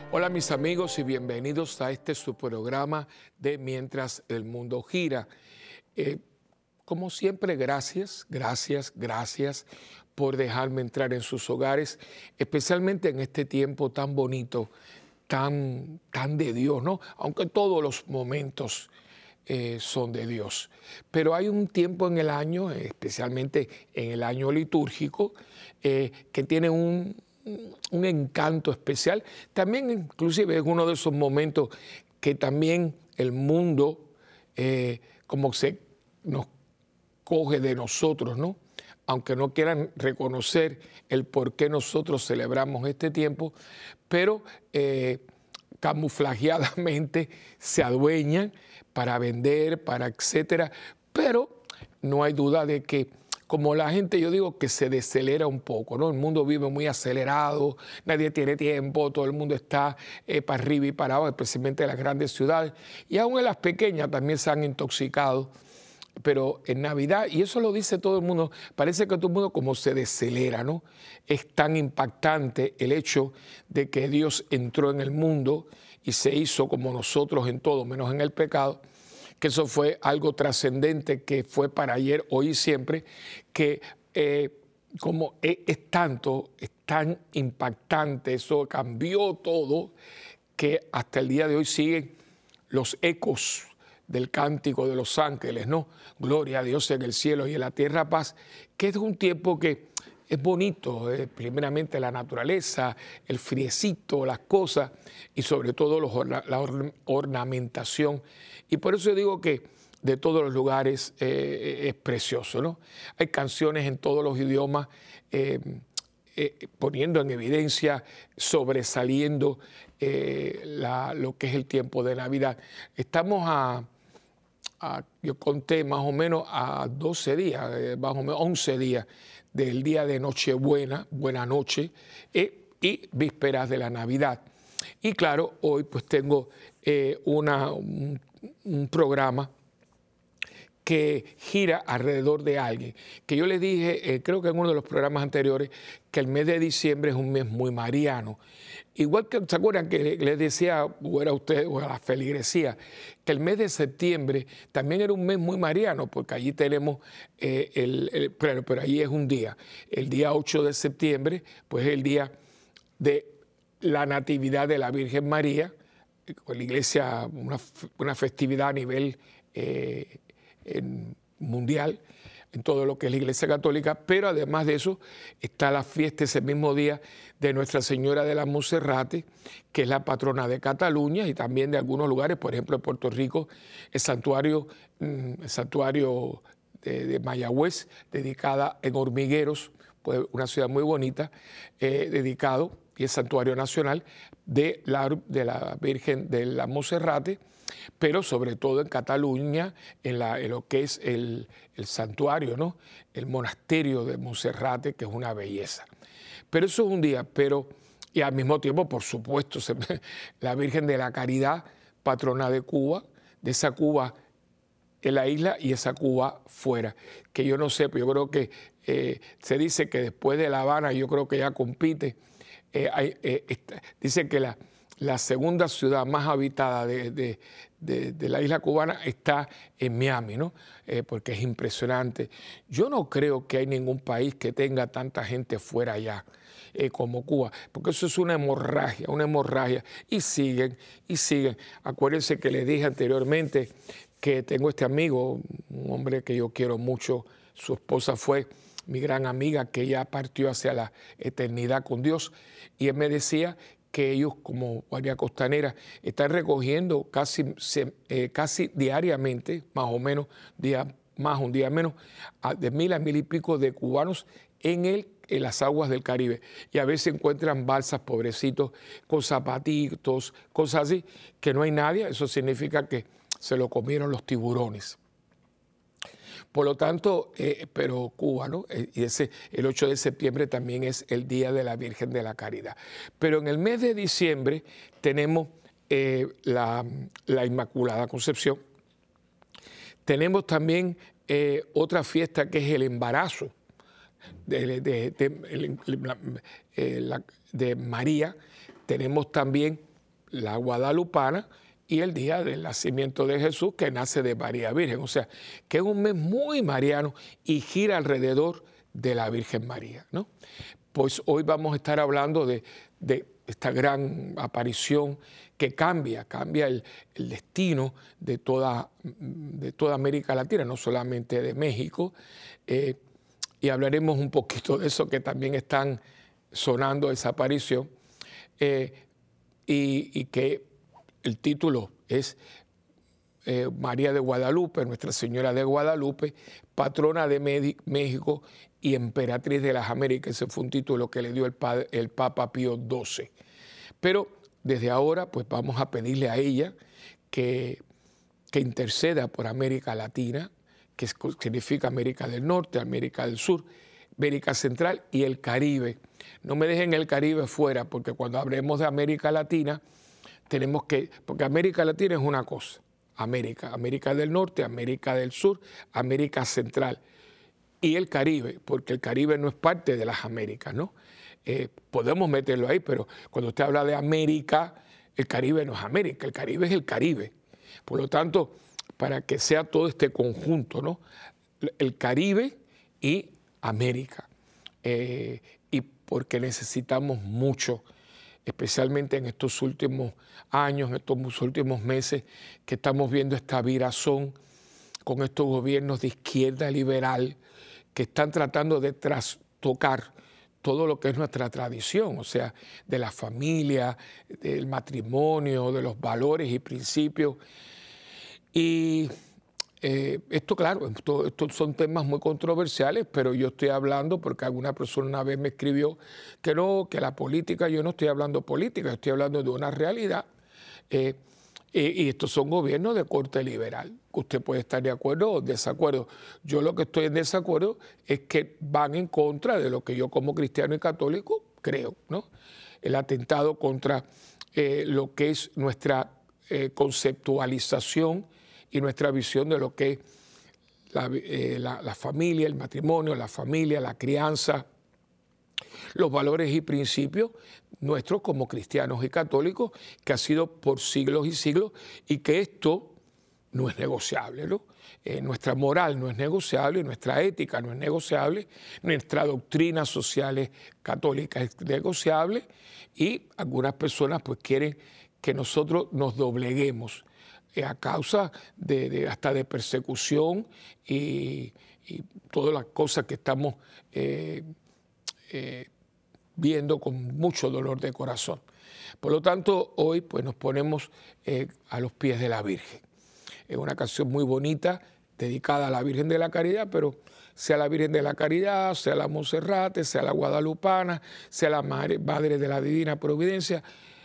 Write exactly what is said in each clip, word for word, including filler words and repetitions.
Hola mis amigos y bienvenidos a este su programa de Mientras el Mundo Gira. Eh, como siempre, gracias, gracias, gracias por dejarme entrar en sus hogares, especialmente en este tiempo tan bonito, tan, tan de Dios, ¿no? Aunque todos los momentos eh, son de Dios. Pero hay un tiempo en el año, especialmente en el año litúrgico, eh, que tiene un un encanto especial. También inclusive es uno de esos momentos que también el mundo eh, como se nos coge de nosotros, ¿no? Aunque no quieran reconocer el por qué nosotros celebramos este tiempo, pero eh, camuflajeadamente se adueñan para vender, para etcétera. Pero no hay duda de que como la gente, yo digo que se decelera un poco, ¿no? El mundo vive muy acelerado, nadie tiene tiempo, todo el mundo está eh, para arriba y para abajo, especialmente en las grandes ciudades. Y aún en las pequeñas también se han intoxicado. Pero en Navidad, y eso lo dice todo el mundo, parece que todo el mundo como se decelera, ¿no? Es tan impactante el hecho de que Dios entró en el mundo y se hizo como nosotros en todo, menos en el pecado, que eso fue algo trascendente, que fue para ayer, hoy y siempre, que eh, como es, es tanto, es tan impactante, eso cambió todo, que hasta el día de hoy siguen los ecos del cántico de los ángeles, ¿no? Gloria a Dios en el cielo y en la tierra paz, que es un tiempo que es bonito, eh, primeramente la naturaleza, el friecito, las cosas y sobre todo los orna la or ornamentación. Y por eso yo digo que de todos los lugares eh, es precioso, ¿no? Hay canciones en todos los idiomas eh, eh, poniendo en evidencia, sobresaliendo eh, la, lo que es el tiempo de Navidad. Estamos a... A, yo conté más o menos a doce días, eh, más o menos once días del día de Nochebuena, Buena Noche, eh, y vísperas de la Navidad. Y claro, hoy pues tengo eh, una, un, un programa que gira alrededor de alguien, que yo les dije, eh, creo que en uno de los programas anteriores, que el mes de diciembre es un mes muy mariano. Igual que, ¿se acuerdan que les decía, o era usted, o a la feligresía, que el mes de septiembre también era un mes muy mariano, porque allí tenemos, eh, el, el, pero, pero allí es un día, el día ocho de septiembre, pues es el día de la Natividad de la Virgen María, con la iglesia, una, una festividad a nivel eh, en mundial, en todo lo que es la Iglesia Católica, pero además de eso está la fiesta ese mismo día de Nuestra Señora de la Monserrate, que es la patrona de Cataluña y también de algunos lugares, por ejemplo en Puerto Rico, el santuario, el santuario de, de Mayagüez, dedicada en Hormigueros, pues una ciudad muy bonita, eh, dedicado, y el santuario nacional de la, de la Virgen de la Monserrate, pero sobre todo en Cataluña, en, la, en lo que es el, el santuario, ¿no? El monasterio de Monserrate, que es una belleza. Pero eso es un día, pero, y al mismo tiempo, por supuesto, se, la Virgen de la Caridad, patrona de Cuba, de esa Cuba en la isla y esa Cuba fuera, que yo no sé, pero yo creo que eh, se dice que después de La Habana, yo creo que ya compite, eh, hay, eh, está, dice que la... La segunda ciudad más habitada de, de, de, de la isla cubana está en Miami, ¿no? Eh, porque es impresionante. Yo no creo que hay ningún país que tenga tanta gente fuera allá eh, como Cuba, porque eso es una hemorragia, una hemorragia. Y siguen, y siguen. Acuérdense que les dije anteriormente que tengo este amigo, un hombre que yo quiero mucho, su esposa fue mi gran amiga, que ya partió hacia la eternidad con Dios, y él me decía que ellos como Guardia Costanera están recogiendo casi, eh, casi diariamente, más o menos, día más, un día menos, de mil a mil y pico de cubanos en, el, en las aguas del Caribe. Y a veces encuentran balsas, pobrecitos, con zapatitos, cosas así, que no hay nadie. Eso significa que se lo comieron los tiburones. Por lo tanto, eh, pero Cuba, ¿no? Y ese, el ocho de septiembre también es el Día de la Virgen de la Caridad. Pero en el mes de diciembre tenemos eh, la, la Inmaculada Concepción. Tenemos también eh, otra fiesta que es el embarazo de, de, de, de, de María. Tenemos también la guadalupana y el día del nacimiento de Jesús, que nace de María Virgen. O sea, que es un mes muy mariano y gira alrededor de la Virgen María, ¿no? Pues hoy vamos a estar hablando de, de esta gran aparición que cambia, cambia el, el destino de toda, de toda América Latina, no solamente de México. Eh, y hablaremos un poquito de eso, que también están sonando esa aparición, eh, y, y que el título es eh, María de Guadalupe, Nuestra Señora de Guadalupe, patrona de México y emperatriz de las Américas. Ese fue un título que le dio el, padre, el Papa Pío doce. Pero desde ahora pues vamos a pedirle a ella que, que interceda por América Latina, que significa América del Norte, América del Sur, América Central y el Caribe. No me dejen el Caribe fuera, porque cuando hablemos de América Latina, tenemos que, porque América Latina es una cosa, América, América del Norte, América del Sur, América Central y el Caribe, porque el Caribe no es parte de las Américas, ¿no? Eh, podemos meterlo ahí, pero cuando usted habla de América, el Caribe no es América, el Caribe es el Caribe. Por lo tanto, para que sea todo este conjunto, ¿no? El Caribe y América. Eh, y porque necesitamos mucho, especialmente en estos últimos años, en estos últimos meses, que estamos viendo esta virazón con estos gobiernos de izquierda liberal que están tratando de trastocar todo lo que es nuestra tradición, o sea, de la familia, del matrimonio, de los valores y principios. Y eh, esto, claro, esto, estos son temas muy controversiales, pero yo estoy hablando porque alguna persona una vez me escribió que no, que la política, yo no estoy hablando política, estoy hablando de una realidad. Eh, y, y estos son gobiernos de corte liberal. Usted puede estar de acuerdo o desacuerdo. Yo lo que estoy en desacuerdo es que van en contra de lo que yo como cristiano y católico creo, ¿no? El atentado contra eh, lo que es nuestra eh, conceptualización y nuestra visión de lo que es la, eh, la, la familia, el matrimonio, la familia, la crianza, los valores y principios nuestros como cristianos y católicos, que ha sido por siglos y siglos, y que esto no es negociable, ¿no? Eh, nuestra moral no es negociable, nuestra ética no es negociable, nuestra doctrina social católica es negociable, y algunas personas pues quieren que nosotros nos dobleguemos eh, a causa de, de hasta de persecución y, y todas las cosas que estamos eh, eh, viendo con mucho dolor de corazón. Por lo tanto, hoy pues, nos ponemos eh, a los pies de la Virgen. Es una canción muy bonita, dedicada a la Virgen de la Caridad, pero sea la Virgen de la Caridad, sea la Monserrate, sea la Guadalupana, sea la Madre, Madre de la Divina Providencia,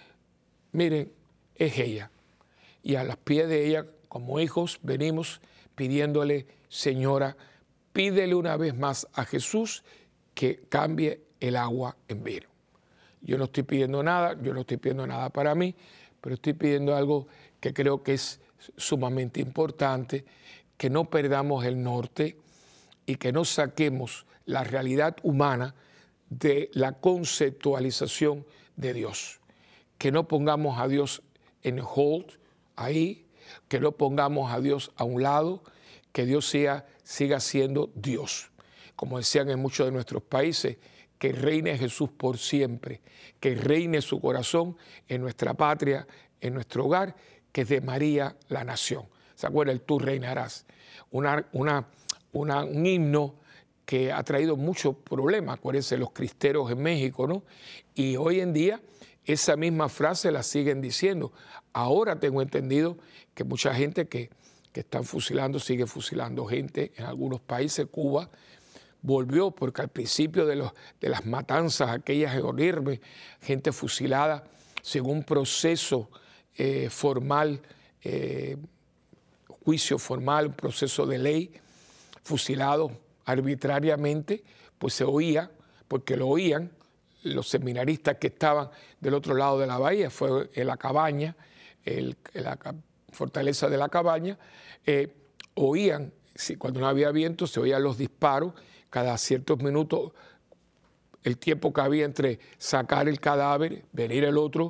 miren, es ella. Y a los pies de ella, como hijos, venimos pidiéndole, Señora, pídele una vez más a Jesús que cambie el agua en vino. Yo no estoy pidiendo nada, yo no estoy pidiendo nada para mí, pero estoy pidiendo algo que creo que es sumamente importante, que no perdamos el norte y que no saquemos la realidad humana de la conceptualización de Dios. Que no pongamos a Dios en hold, ahí, que no pongamos a Dios a un lado, que Dios sea, siga siendo Dios. Como decían en muchos de nuestros países, que reine Jesús por siempre, que reine su corazón en nuestra patria, en nuestro hogar, que es de María la nación. ¿Se acuerda? El tú reinarás. Una, una, una, un himno que ha traído muchos problemas, acuérdense, los cristeros en México, ¿no? Y hoy en día esa misma frase la siguen diciendo. Ahora tengo entendido que mucha gente que, que están fusilando, sigue fusilando gente en algunos países. Cuba volvió, porque al principio de, los, de las matanzas, aquellas enormes, gente fusilada, según un proceso eh, formal, eh, juicio formal, un proceso de ley, fusilados arbitrariamente, pues se oía, porque lo oían los seminaristas que estaban del otro lado de la bahía, fue en la cabaña, el, la fortaleza de la cabaña, eh, oían, si, cuando no había viento, se oían los disparos, cada ciertos minutos, el tiempo que había entre sacar el cadáver, venir el otro,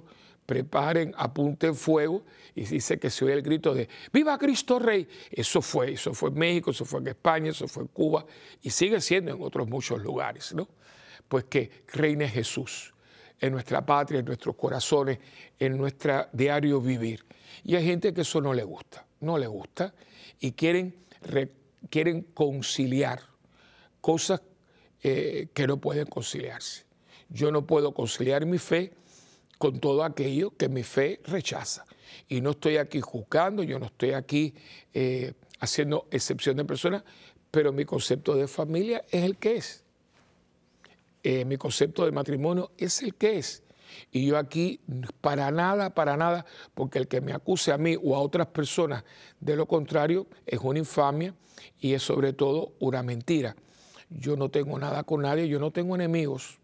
preparen, apunten fuego, y dice que se oye el grito de ¡Viva Cristo Rey! Eso fue, eso fue en México, eso fue en España, eso fue en Cuba, y sigue siendo en otros muchos lugares, ¿no? Pues que reine Jesús en nuestra patria, en nuestros corazones, en nuestro diario vivir. Y hay gente que eso no le gusta, no le gusta, y quieren, re, quieren conciliar cosas eh, que no pueden conciliarse. Yo no puedo conciliar mi fe con todo aquello que mi fe rechaza. Y no estoy aquí juzgando, yo no estoy aquí eh, haciendo excepción de personas, pero mi concepto de familia es el que es. Eh, mi concepto de matrimonio es el que es. Y yo aquí, para nada, para nada, porque el que me acuse a mí o a otras personas de lo contrario es una infamia y es sobre todo una mentira. Yo no tengo nada con nadie, yo no tengo enemigos.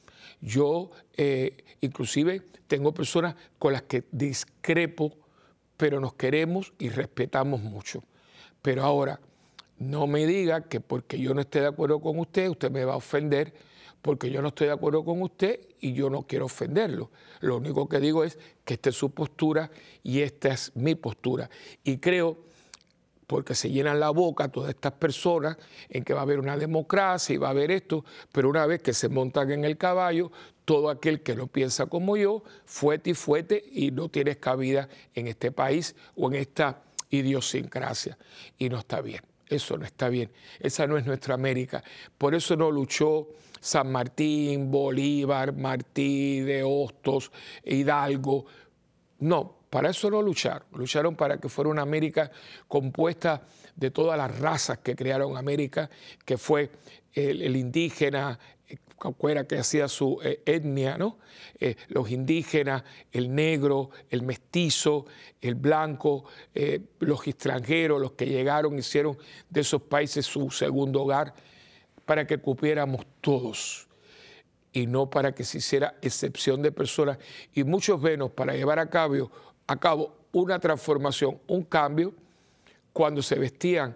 Yo eh, inclusive tengo personas con las que discrepo, pero nos queremos y respetamos mucho. Pero ahora, no me diga que porque yo no esté de acuerdo con usted, usted me va a ofender, porque yo no estoy de acuerdo con usted y yo no quiero ofenderlo. Lo único que digo es que esta es su postura y esta es mi postura. Y creo, porque se llenan la boca todas estas personas en que va a haber una democracia y va a haber esto, pero una vez que se montan en el caballo, todo aquel que no piensa como yo, fuete y fuete y no tienes cabida en este país o en esta idiosincrasia. Y no está bien, eso no está bien, esa no es nuestra América. Por eso no luchó San Martín, Bolívar, Martí de Hostos, Hidalgo, no. Para eso no lucharon, lucharon para que fuera una América compuesta de todas las razas que crearon América, que fue el, el indígena, cualquiera que hacía su eh, etnia, ¿no? Eh, los indígenas, el negro, el mestizo, el blanco, eh, los extranjeros, los que llegaron, hicieron de esos países su segundo hogar, para que cupiéramos todos y no para que se hiciera excepción de personas y muchos menos para llevar a cabo a cabo una transformación, un cambio, cuando se vestían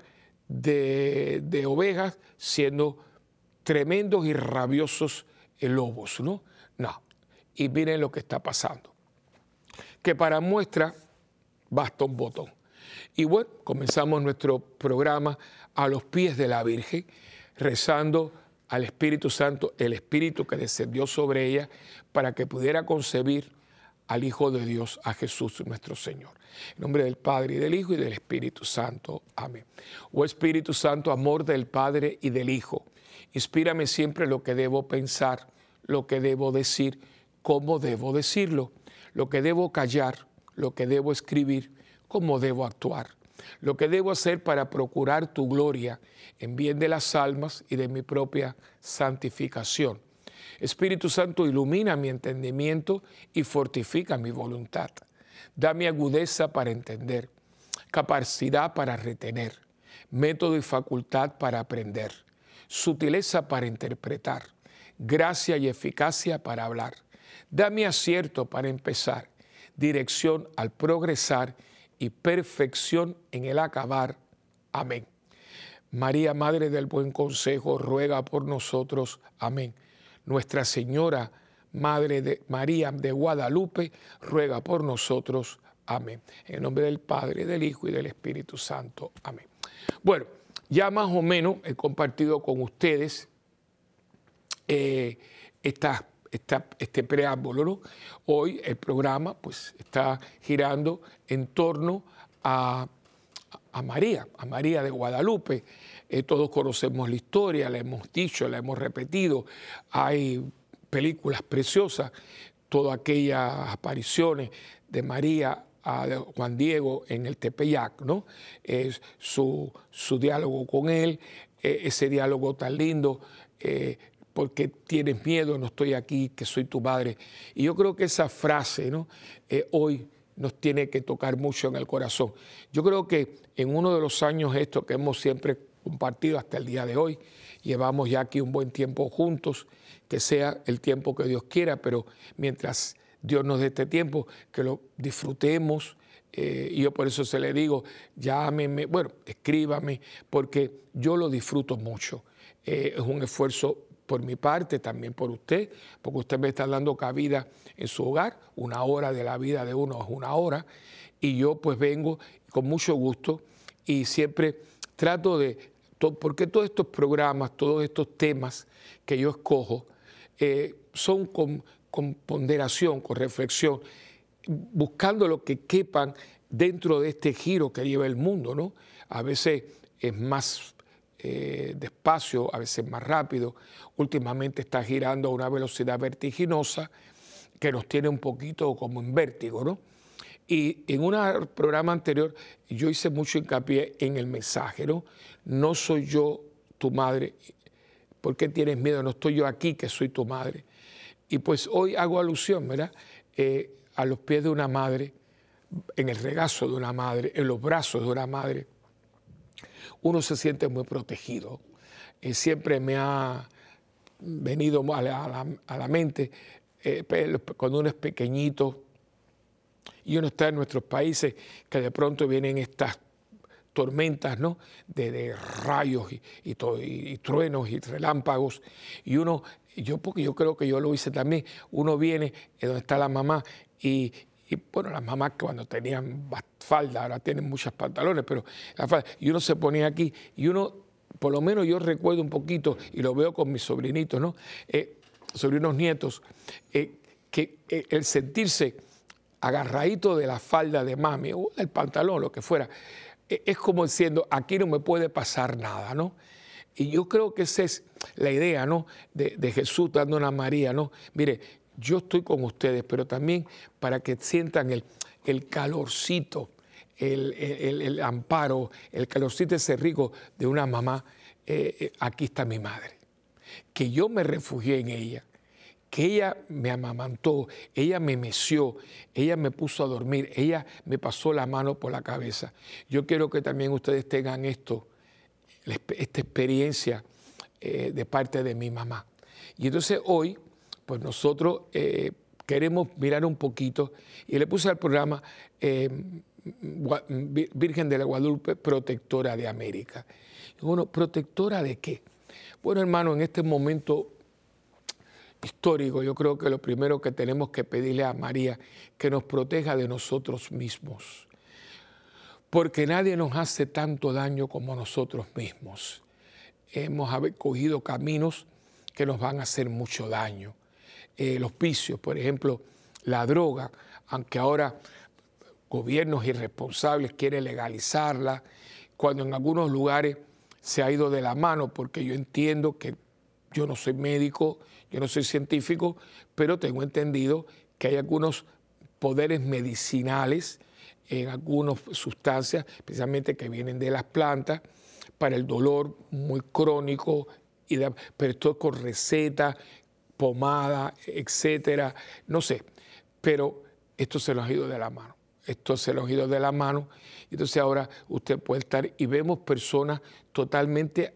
de, de ovejas, siendo tremendos y rabiosos lobos, ¿no? No. Y miren lo que está pasando. Que para muestra basta un botón. Y bueno, comenzamos nuestro programa a los pies de la Virgen, rezando al Espíritu Santo, el Espíritu que descendió sobre ella para que pudiera concebir al Hijo de Dios, a Jesús nuestro Señor. En nombre del Padre, y del Hijo, y del Espíritu Santo. Amén. Oh Espíritu Santo, amor del Padre y del Hijo, inspírame siempre lo que debo pensar, lo que debo decir, cómo debo decirlo, lo que debo callar, lo que debo escribir, cómo debo actuar, lo que debo hacer para procurar tu gloria en bien de las almas y de mi propia santificación. Espíritu Santo, ilumina mi entendimiento y fortifica mi voluntad. Dame agudeza para entender, capacidad para retener, método y facultad para aprender, sutileza para interpretar, gracia y eficacia para hablar. Dame acierto para empezar, dirección al progresar y perfección en el acabar. Amén. María, Madre del Buen Consejo, ruega por nosotros. Amén. Nuestra Señora, Madre de María de Guadalupe, ruega por nosotros. Amén. En el nombre del Padre, del Hijo y del Espíritu Santo. Amén. Bueno, ya más o menos he compartido con ustedes eh, esta, esta, este preámbulo, ¿no? Hoy el programa pues, está girando en torno a, a María, a María de Guadalupe. Eh, todos conocemos la historia, la hemos dicho, la hemos repetido. Hay películas preciosas, todas aquellas apariciones de María a Juan Diego en el Tepeyac, ¿no? Eh, su, su diálogo con él, eh, ese diálogo tan lindo, eh, porque tienes miedo, no estoy aquí, que soy tu madre. Y yo creo que esa frase, ¿no? Eh, hoy nos tiene que tocar mucho en el corazón. Yo creo que en uno de los años estos que hemos siempre compartido hasta el día de hoy, llevamos ya aquí un buen tiempo juntos, que sea el tiempo que Dios quiera, pero mientras Dios nos dé este tiempo, que lo disfrutemos. Eh, y yo por eso se le digo, llámeme, bueno, escríbame, porque yo lo disfruto mucho. Eh, es un esfuerzo por mi parte, también por usted, porque usted me está dando cabida en su hogar. Una hora de la vida de uno es una hora, y yo pues vengo con mucho gusto y siempre trato de, porque todos estos programas, todos estos temas que yo escojo eh, son con, con ponderación, con reflexión, buscando lo que quepan dentro de este giro que lleva el mundo, ¿no? A veces es más eh, despacio, a veces más rápido. Últimamente está girando a una velocidad vertiginosa que nos tiene un poquito como en vértigo, ¿no? Y en un programa anterior yo hice mucho hincapié en el mensaje, ¿no? No soy yo tu madre. ¿Por qué tienes miedo? No estoy yo aquí, que soy tu madre. Y pues hoy hago alusión, ¿verdad? Eh, a los pies de una madre, en el regazo de una madre, en los brazos de una madre. Uno se siente muy protegido. Eh, siempre me ha venido a la, a la, a la mente eh, cuando uno es pequeñito y uno está en nuestros países, que de pronto vienen estas tormentas, ¿no? de, de rayos y, y, todo, y, y truenos y relámpagos, y uno, yo porque yo creo que yo lo hice también, uno viene donde está la mamá y, y bueno, las mamás que cuando tenían falda, ahora tienen muchos pantalones, pero la falda, y uno se ponía aquí, y uno, por lo menos yo recuerdo un poquito, y lo veo con mis sobrinitos, ¿no? Eh, sobrinos nietos, eh, que eh, el sentirse agarradito de la falda de mami o del pantalón, lo que fuera, es como diciendo, aquí no me puede pasar nada, ¿no? Y yo creo que esa es la idea, ¿no? De, de Jesús dando a María, ¿no? Mire, yo estoy con ustedes, pero también para que sientan el, el calorcito, el, el, el amparo, el calorcito ese rico de una mamá. Eh, aquí está mi madre, que yo me refugié en ella, que ella me amamantó, ella me meció, ella me puso a dormir, ella me pasó la mano por la cabeza. Yo quiero que también ustedes tengan esto, esta experiencia eh, de parte de mi mamá. Y entonces hoy, pues nosotros eh, queremos mirar un poquito, y le puse al programa eh, Virgen de la Guadalupe, protectora de América. Y bueno, ¿protectora de qué? Bueno, hermano, en este momento histórico, yo creo que lo primero que tenemos que pedirle a María, que nos proteja de nosotros mismos, porque nadie nos hace tanto daño como nosotros mismos. Hemos cogido caminos que nos van a hacer mucho daño. Eh, los vicios, por ejemplo, la droga, aunque ahora gobiernos irresponsables quieren legalizarla, cuando en algunos lugares se ha ido de la mano, porque yo entiendo que yo no soy médico, yo no soy científico, pero tengo entendido que hay algunos poderes medicinales en algunas sustancias, especialmente que vienen de las plantas, para el dolor muy crónico, y de, pero esto es con receta, pomada, etcétera, no sé, pero esto se nos ha ido de la mano. Esto se nos ha ido de la mano, entonces ahora usted puede estar, y vemos personas totalmente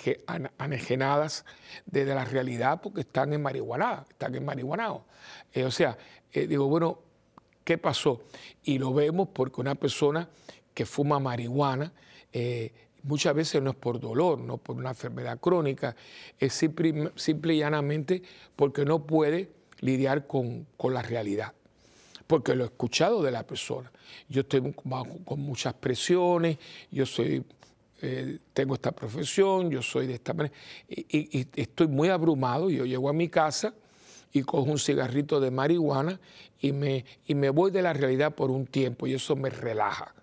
anejenadas de la realidad porque están en marihuana, están en marihuanao. Eh, o sea, eh, digo, bueno, ¿qué pasó? Y lo vemos porque una persona que fuma marihuana, eh, muchas veces no es por dolor, no por una enfermedad crónica, es simple, simple y llanamente porque no puede lidiar con, con la realidad. Porque lo he escuchado de la persona. Yo estoy bajo, con muchas presiones, yo soy, eh, tengo esta profesión, yo soy de esta manera, y, y, y estoy muy abrumado. Yo llego a mi casa y cojo un cigarrito de marihuana y me, y me voy de la realidad por un tiempo, y eso me relaja.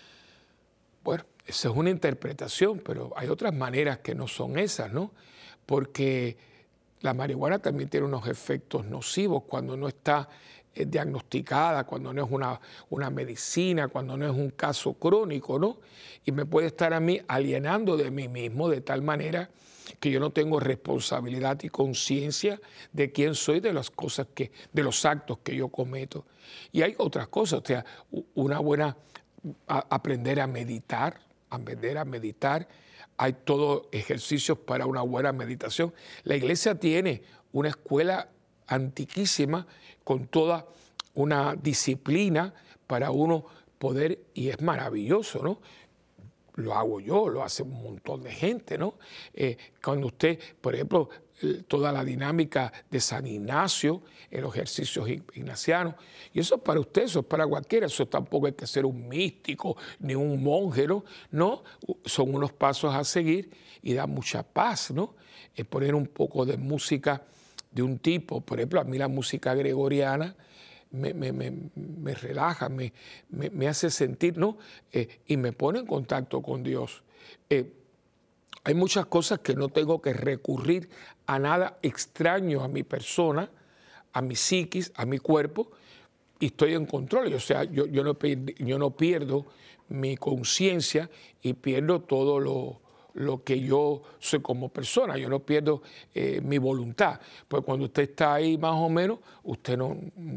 Bueno, esa es una interpretación, pero hay otras maneras que no son esas, ¿no? Porque la marihuana también tiene unos efectos nocivos cuando no está eh, diagnosticada, cuando no es una, una medicina, cuando no es un caso crónico, ¿no? Y me puede estar a mí alienando de mí mismo de tal manera que yo no tengo responsabilidad y conciencia de quién soy, de las cosas que, de los actos que yo cometo. Y hay otras cosas, o sea, una buena, a, aprender a meditar, aprender a meditar. Hay todos ejercicios para una buena meditación. La iglesia tiene una escuela antiquísima con toda una disciplina para uno poder, y es maravilloso, ¿no? Lo hago yo, lo hace un montón de gente, ¿no? Eh, cuando usted, por ejemplo, toda la dinámica de San Ignacio, en los ejercicios ignacianos. Y eso es para usted, eso es para cualquiera, eso tampoco hay que ser un místico ni un monje, ¿no? No, son unos pasos a seguir y da mucha paz, ¿no? Es poner un poco de música de un tipo, por ejemplo, a mí la música gregoriana me, me, me, me relaja, me, me, me hace sentir, ¿no? Eh, y me pone en contacto con Dios. Eh, Hay muchas cosas que no tengo que recurrir a nada extraño a mi persona, a mi psiquis, a mi cuerpo, y estoy en control. O sea, yo, yo, no, yo no pierdo mi conciencia y pierdo todo lo, lo que yo soy como persona. Yo no pierdo eh, mi voluntad. Pues cuando usted está ahí más o menos, usted no,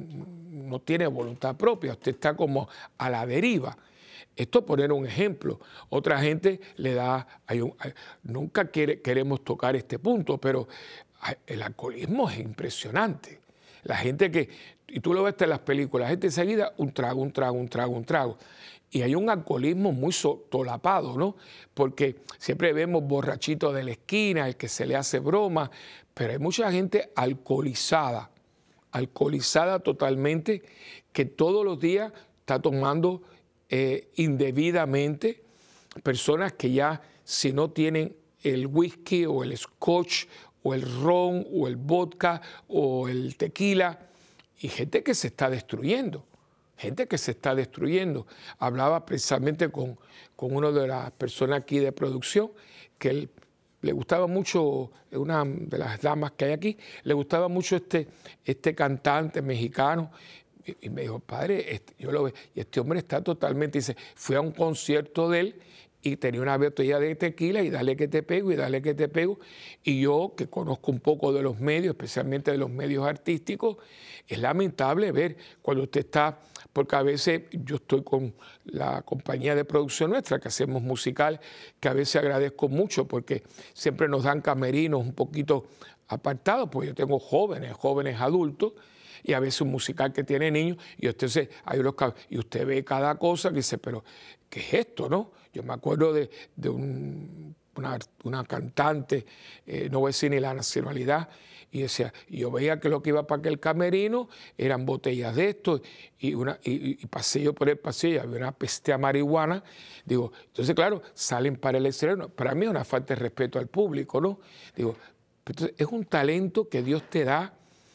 no tiene voluntad propia, usted está como a la deriva. Esto poner un ejemplo. Otra gente le da, hay un, hay, nunca quiere, queremos tocar este punto, pero el alcoholismo es impresionante. La gente que, y tú lo ves en las películas, la gente enseguida un trago, un trago, un trago, un trago. Y hay un alcoholismo muy solapado, ¿no? Porque siempre vemos borrachitos de la esquina, el que se le hace broma, pero hay mucha gente alcoholizada, alcoholizada totalmente, que todos los días está tomando Eh, indebidamente, personas que ya si no tienen el whisky o el scotch o el ron o el vodka o el tequila, y gente que se está destruyendo, gente que se está destruyendo. Hablaba precisamente con, con una de las personas aquí de producción, que él, le gustaba mucho, una de las damas que hay aquí, le gustaba mucho este, este cantante mexicano. Y me dijo, padre, este, yo lo veo, y este hombre está totalmente, dice, fui a un concierto de él y tenía una botella de tequila y dale que te pego y dale que te pego. Y yo, que conozco un poco de los medios, especialmente de los medios artísticos, es lamentable ver cuando usted está, porque a veces yo estoy con la compañía de producción nuestra, que hacemos musical, que a veces agradezco mucho porque siempre nos dan camerinos un poquito apartados, porque yo tengo jóvenes, jóvenes adultos, y a veces un musical que tiene niños, y usted, se, hay los, y usted ve cada cosa que dice, pero ¿qué es esto, no? Yo me acuerdo de, de un, una, una cantante, eh, no voy a decir ni la nacionalidad, y decía, y yo veía que lo que iba para aquel camerino eran botellas de esto, y, una, y, y pasé yo por el pasillo, había una peste a marihuana, digo, entonces claro, salen para el escenario, para mí es una falta de respeto al público, ¿no? Digo, entonces, es un talento que Dios te da,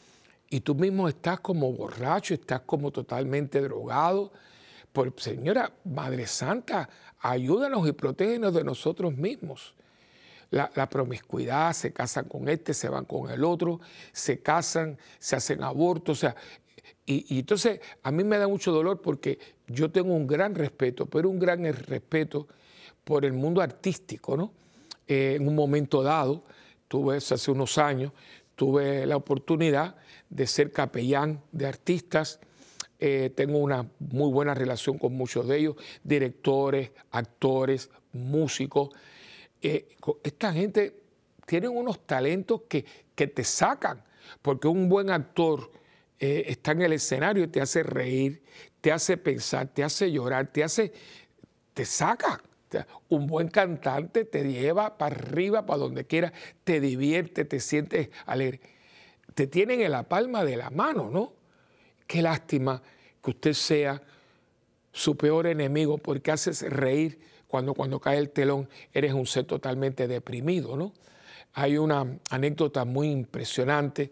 y tú mismo estás como borracho, estás como totalmente drogado. Por, señora, Madre Santa, ayúdanos y protégenos de nosotros mismos. La, la promiscuidad, se casan con este, se van con el otro, se casan, se hacen abortos, o sea, y, y entonces a mí me da mucho dolor porque yo tengo un gran respeto, pero un gran respeto por el mundo artístico, ¿no? Eh, en un momento dado, tuve hace unos años, tuve la oportunidad de ser capellán de artistas. Eh, tengo una muy buena relación con muchos de ellos, directores, actores, músicos. Eh, esta gente tiene unos talentos que, que te sacan, porque un buen actor eh, está en el escenario y te hace reír, te hace pensar, te hace llorar, te hace, te saca. Un buen cantante te lleva para arriba, para donde quiera, te divierte, te sientes alegre. Te tienen en la palma de la mano, ¿no? Qué lástima que usted sea su peor enemigo porque haces reír cuando, cuando cae el telón, eres un ser totalmente deprimido, ¿no? Hay una anécdota muy impresionante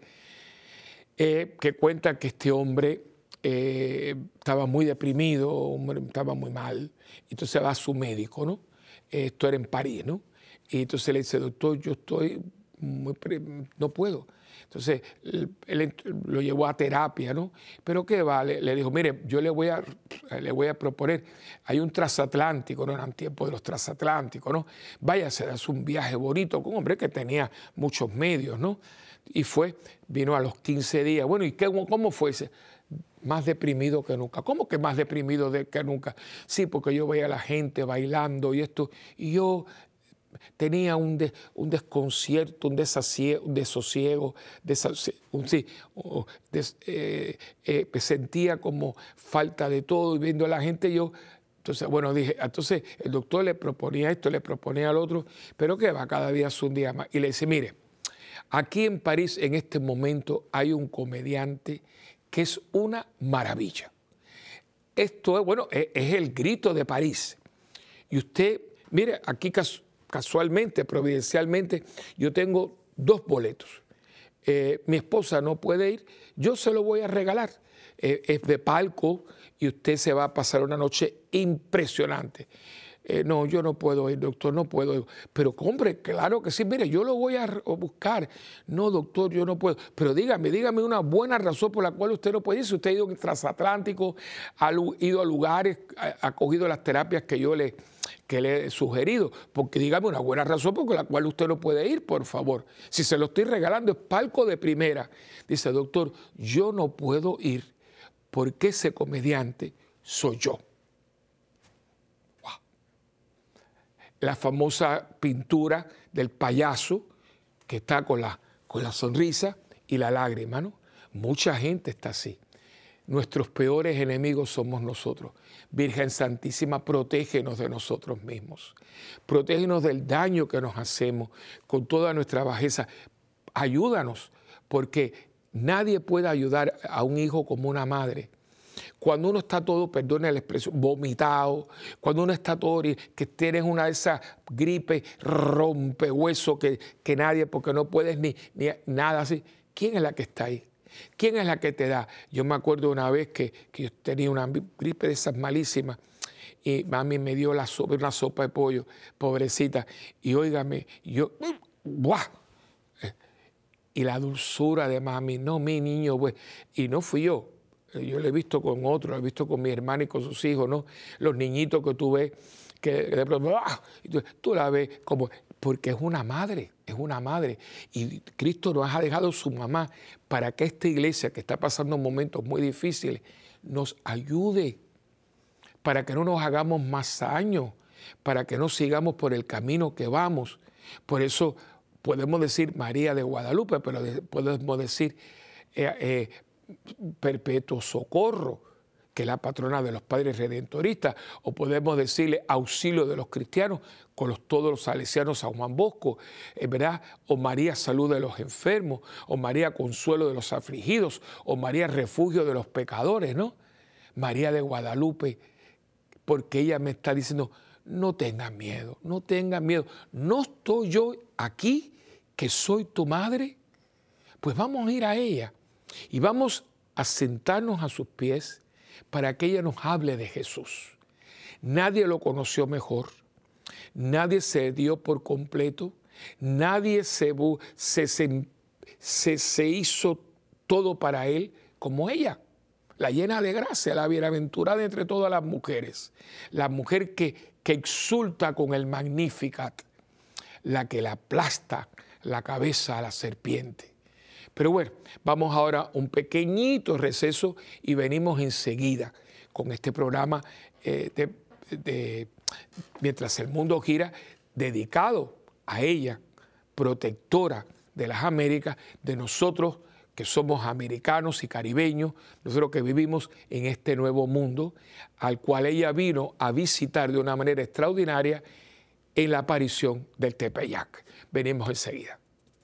eh, que cuenta que este hombre eh, estaba muy deprimido, hombre, estaba muy mal, entonces va a su médico, ¿no? Esto era en París, ¿no? Y entonces le dice, doctor, yo estoy muy, no puedo. Entonces, él, él lo llevó a terapia, ¿no? Pero ¿qué va? Le, le dijo, mire, yo le voy, a, le voy a proponer, hay un transatlántico, no eran tiempos de los transatlánticos, ¿no? Váyase, hace un viaje bonito con un hombre que tenía muchos medios, ¿no? Y fue, vino a los quince días. Bueno, ¿y qué, cómo fue ese? Más deprimido que nunca. ¿Cómo que más deprimido de, que nunca? Sí, porque yo veía a la gente bailando y esto, y yo tenía un, de, un desconcierto, un, desasiego, un desosiego, desasiego un, sí, des, eh, eh, sentía como falta de todo y viendo a la gente yo, entonces, bueno, dije, entonces el doctor le proponía esto, le proponía al otro, pero que va cada día es un día más. Y le dice, mire, Aquí en París, en este momento, hay un comediante que es una maravilla. Esto es, bueno, es, es el grito de París. Y usted, mire, aquí cas casualmente, providencialmente, yo tengo dos boletos. Eh, mi esposa no puede ir, yo se lo voy a regalar. Eh, es de palco y usted se va a pasar una noche impresionante. Eh, no, yo no puedo ir, doctor, no puedo ir. Pero, hombre, claro que sí, mire, yo lo voy a buscar. No, doctor, yo no puedo. Pero dígame, dígame una buena razón por la cual usted no puede ir. Si usted ha ido en transatlántico, ha ido a lugares, ha, ha cogido las terapias que yo le, que le he sugerido. Porque dígame una buena razón por la cual usted no puede ir, por favor. Si se lo estoy regalando, es palco de primera. Dice, doctor, yo no puedo ir porque ese comediante soy yo. La famosa pintura del payaso que está con la, con la sonrisa y la lágrima, ¿no? Mucha gente está así. Nuestros peores enemigos somos nosotros. Virgen Santísima, protégenos de nosotros mismos. Protégenos del daño que nos hacemos con toda nuestra bajeza. Ayúdanos, porque nadie puede ayudar a un hijo como una madre. Cuando uno está todo, perdone la expresión, vomitado, cuando uno está todo, que tienes una de esas gripes rompehueso que, que nadie, porque no puedes ni, ni nada así, ¿quién es la que está ahí? ¿Quién es la que te da? Yo me acuerdo una vez que, que yo tenía una gripe de esas malísimas y mami me dio la sopa, una sopa de pollo, pobrecita, y óigame, yo, ¡buah! Y la dulzura de mami, no, mi niño, pues, y no fui yo. Yo lo he visto con otros, lo he visto con mi hermana y con sus hijos, ¿no? Los niñitos que tú ves, que de pronto, ¡ah! tú, tú la ves como, porque es una madre, es una madre. Y Cristo nos ha dejado su mamá para que esta iglesia, que está pasando momentos muy difíciles, nos ayude, para que no nos hagamos más daño, para que no sigamos por el camino que vamos. Por eso podemos decir María de Guadalupe, pero podemos decir eh, eh, Perpetuo Socorro, que es la patrona de los padres redentoristas, o podemos decirle Auxilio de los cristianos, con los, todos los salesianos, San Juan Bosco, ¿verdad? O María Salud de los enfermos, o María Consuelo de los afligidos, o María Refugio de los pecadores, ¿no? María de Guadalupe, porque ella me está diciendo, no tengas miedo, no tengas miedo, no estoy yo aquí, que soy tu madre, pues vamos a ir a ella. Y vamos a sentarnos a sus pies para que ella nos hable de Jesús. Nadie lo conoció mejor, nadie se dio por completo, nadie se, se, se, se, se hizo todo para él como ella, la llena de gracia, la bienaventurada entre todas las mujeres, la mujer que, que exulta con el Magnificat, la que le aplasta la cabeza a la serpiente. Pero bueno, vamos ahora a un pequeñito receso y venimos enseguida con este programa eh, de, de, Mientras el Mundo Gira, dedicado a ella, protectora de las Américas, de nosotros que somos americanos y caribeños, nosotros que vivimos en este nuevo mundo, al cual ella vino a visitar de una manera extraordinaria en la aparición del Tepeyac. Venimos enseguida.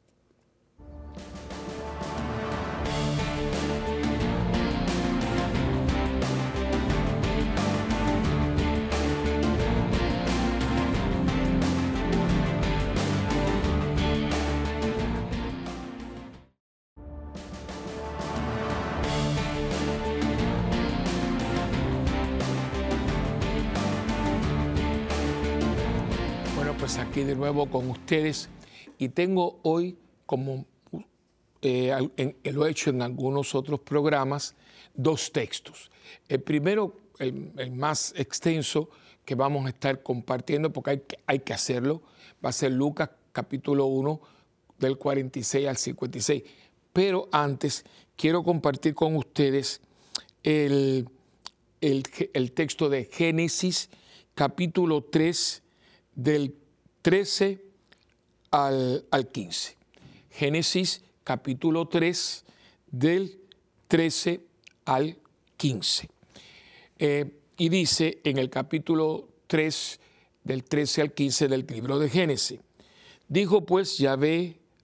Aquí de nuevo con ustedes y tengo hoy, como eh, en, lo he hecho en algunos otros programas, dos textos. El primero, el, el más extenso que vamos a estar compartiendo, porque hay, hay que hacerlo, va a ser Lucas capítulo uno del cuarenta y seis al cincuenta y seis. Pero antes quiero compartir con ustedes el, el, el texto de Génesis capítulo tres del trece al, al quince. Génesis capítulo tres del trece al quince. Eh, y dice en el capítulo tres del trece al quince del libro de Génesis: dijo pues Yahvé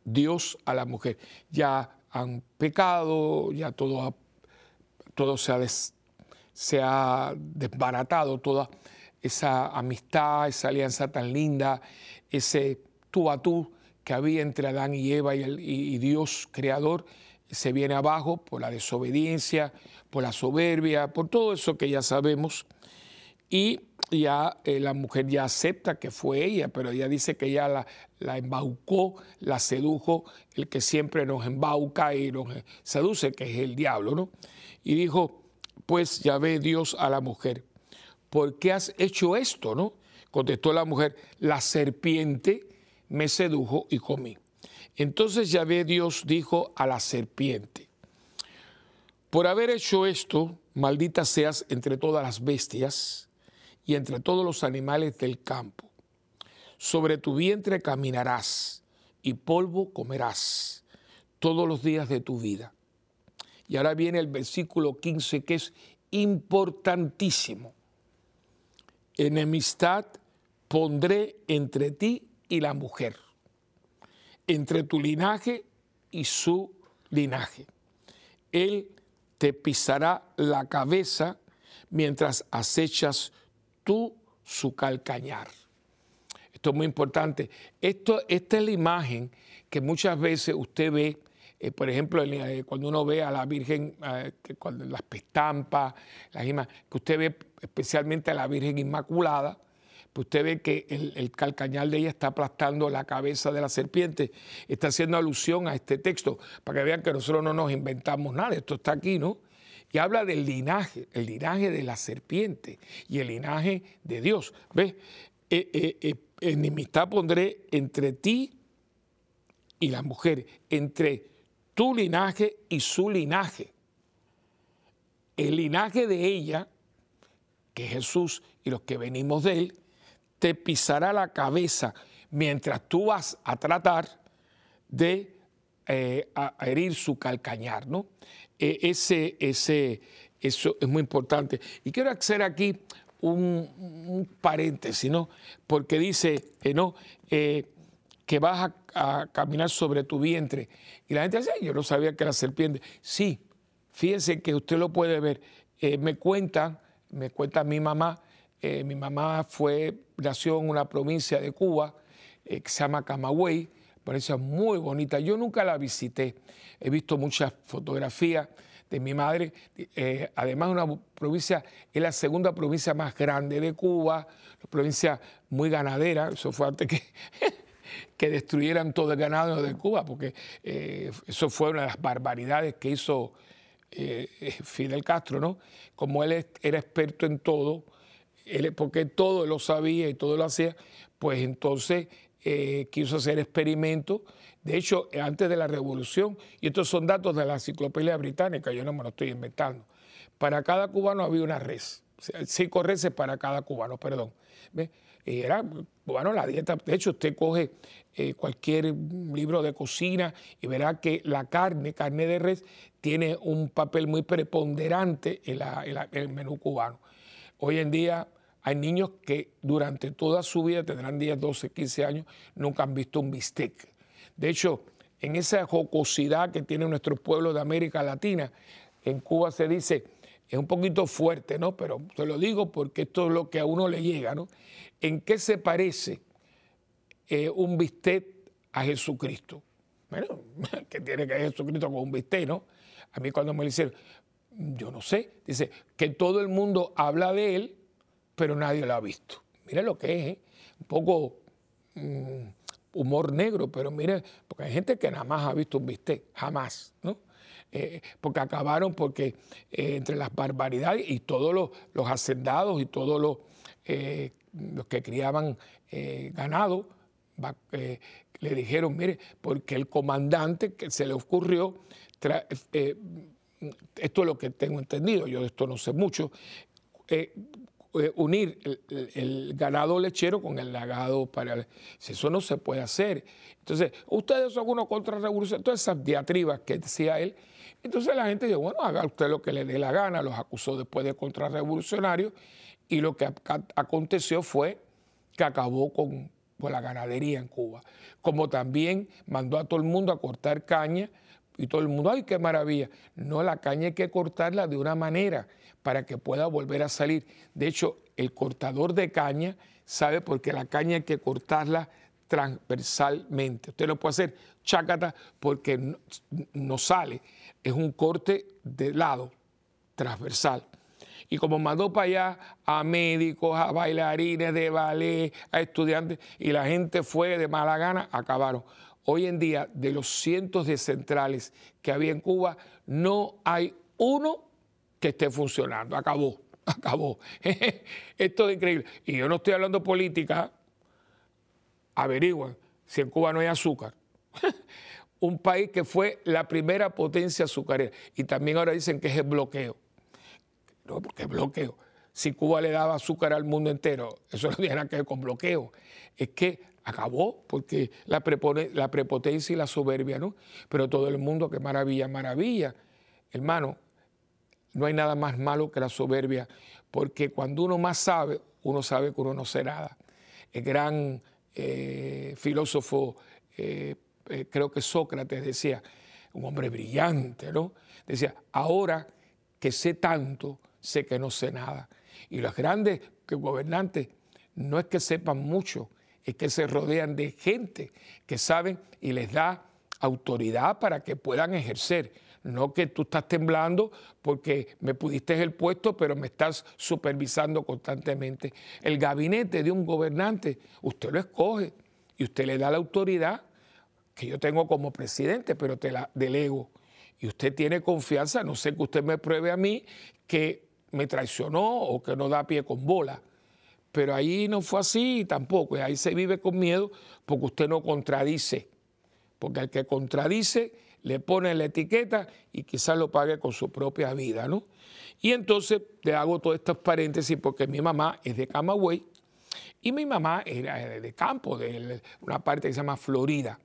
Dios a la mujer. Ya han pecado, ya todo, ha, todo se, ha des, se ha desbaratado, toda esa amistad, esa alianza tan linda, ese tú a tú que había entre Adán y Eva y, el, y, y Dios creador, se viene abajo por la desobediencia, por la soberbia, por todo eso que ya sabemos. Y ya eh, la mujer ya acepta que fue ella, pero ella dice que ella la, la embaucó, la sedujo, el que siempre nos embauca y nos seduce, que es el diablo, ¿no? Y dijo, pues ya ve Dios a la mujer, ¿por qué has hecho esto, no? Contestó la mujer, la serpiente me sedujo y comí. Entonces Yahvé Dios dijo a la serpiente, por haber hecho esto, maldita seas entre todas las bestias y entre todos los animales del campo. Sobre tu vientre caminarás y polvo comerás todos los días de tu vida. Y ahora viene el versículo quince, que es importantísimo. Enemistad pondré entre ti y la mujer, entre tu linaje y su linaje. Él te pisará la cabeza mientras acechas tú su calcañar. Esto es muy importante. Esto, esta es la imagen que muchas veces usted ve, eh, por ejemplo, eh, cuando uno ve a la Virgen, eh, que cuando las estampas, las imágenes, que usted ve especialmente a la Virgen Inmaculada, pues usted ve que el, el calcañar de ella está aplastando la cabeza de la serpiente. Está haciendo alusión a este texto, para que vean que nosotros no nos inventamos nada, esto está aquí, ¿no? Y habla del linaje, el linaje de la serpiente y el linaje de Dios. ¿Ves? Eh, eh, eh, enemistad pondré entre ti y la mujer, entre tu linaje y su linaje. El linaje de ella, que es Jesús y los que venimos de él, te pisará la cabeza mientras tú vas a tratar de eh, a, a herir su calcañar, ¿no? Eh, ese, ese, eso es muy importante. Y quiero hacer aquí un, un paréntesis, ¿no? Porque dice, eh, ¿no? Eh, que vas a, a caminar sobre tu vientre. Y la gente dice, yo no sabía que era serpiente. Sí, fíjense que usted lo puede ver. Eh, me cuentan, me cuenta mi mamá, eh, mi mamá fue, nació en una provincia de Cuba eh, que se llama Camagüey, provincia muy bonita. Yo nunca la visité, he visto muchas fotografías de mi madre. Eh, además, una provincia, es la segunda provincia más grande de Cuba, una provincia muy ganadera, eso fue antes que... que destruyeran todo el ganado de Cuba, porque eh, eso fue una de las barbaridades que hizo eh, Fidel Castro, ¿no? Como él era experto en todo, él, porque todo lo sabía y todo lo hacía, pues entonces eh, quiso hacer experimentos. De hecho, antes de la revolución, y estos son datos de la Enciclopedia Británica, yo no me lo estoy inventando, para cada cubano había una res, cinco reses para cada cubano, perdón. ¿Ves? Y era, bueno, la dieta, de hecho usted coge eh, cualquier libro de cocina y verá que la carne, carne de res, tiene un papel muy preponderante en, la, en, la, en el menú cubano. Hoy en día hay niños que durante toda su vida, tendrán diez, doce, quince años, nunca han visto un bistec. De hecho, en esa jocosidad que tiene nuestro pueblo de América Latina, en Cuba se dice, es un poquito fuerte, ¿no? Pero te lo digo porque esto es lo que a uno le llega, ¿no? ¿En qué se parece eh, un bistec a Jesucristo? Bueno, ¿qué tiene que ver Jesucristo con un bistec, no? A mí cuando me lo hicieron, yo no sé, dice que todo el mundo habla de él, pero nadie lo ha visto. Mira lo que es, ¿eh? Un poco um, humor negro, pero mire, porque hay gente que nada más ha visto un bistec, jamás, ¿no? Eh, porque acabaron, porque eh, entre las barbaridades y todos los, los hacendados y todos los, eh, los que criaban eh, ganado, va, eh, le dijeron, mire, porque el comandante que se le ocurrió, tra, eh, esto es lo que tengo entendido, yo de esto no sé mucho, eh, eh, unir el, el, el ganado lechero con el ganado para... El, eso no se puede hacer. Entonces, ustedes son unos contrarrevolucionarios, todas esas diatribas que decía él. Entonces la gente dijo, bueno, haga usted lo que le dé la gana, los acusó después de contrarrevolucionarios y lo que aconteció fue que acabó con, por la ganadería en Cuba. Como también mandó a todo el mundo a cortar caña y todo el mundo, ¡ay, qué maravilla! No, la caña hay que cortarla de una manera para que pueda volver a salir. De hecho, el cortador de caña sabe porque la caña hay que cortarla transversalmente. Usted no puede hacer chácata porque no, no sale. Es un corte de lado, transversal. Y como mandó para allá a médicos, a bailarines de ballet, a estudiantes, y la gente fue de mala gana, acabaron. Hoy en día, de los cientos de centrales que había en Cuba, no hay uno que esté funcionando. Acabó, acabó. Esto es increíble. Y yo no estoy hablando de política. Averigüen si en Cuba no hay azúcar. Un país que fue la primera potencia azucarera. Y también ahora dicen que es el bloqueo. No, porque es bloqueo. Si Cuba le daba azúcar al mundo entero, eso no tiene nada que ver con bloqueo. Es que acabó porque la, la prepotencia y la soberbia, ¿no? Pero todo el mundo, qué maravilla, maravilla. Hermano, no hay nada más malo que la soberbia, porque cuando uno más sabe, uno sabe que uno no sé nada. El gran eh, filósofo, eh, eh, creo que Sócrates decía, un hombre brillante, ¿no? Decía, ahora que sé tanto, sé que no sé nada. Y los grandes gobernantes no es que sepan mucho, es que se rodean de gente que saben y les da autoridad para que puedan ejercer. No que tú estás temblando porque me pudiste el puesto, pero me estás supervisando constantemente. El gabinete de un gobernante, usted lo escoge y usted le da la autoridad que yo tengo como presidente, pero te la delego. Y usted tiene confianza, no sé que usted me pruebe a mí que me traicionó o que no da pie con bola. Pero ahí no fue así tampoco, y ahí se vive con miedo porque usted no contradice. Porque al que contradice le pone la etiqueta y quizás lo pague con su propia vida, ¿no? Y entonces le hago todos estos paréntesis porque mi mamá es de Camagüey y mi mamá era de campo, de una parte que se llama Florida.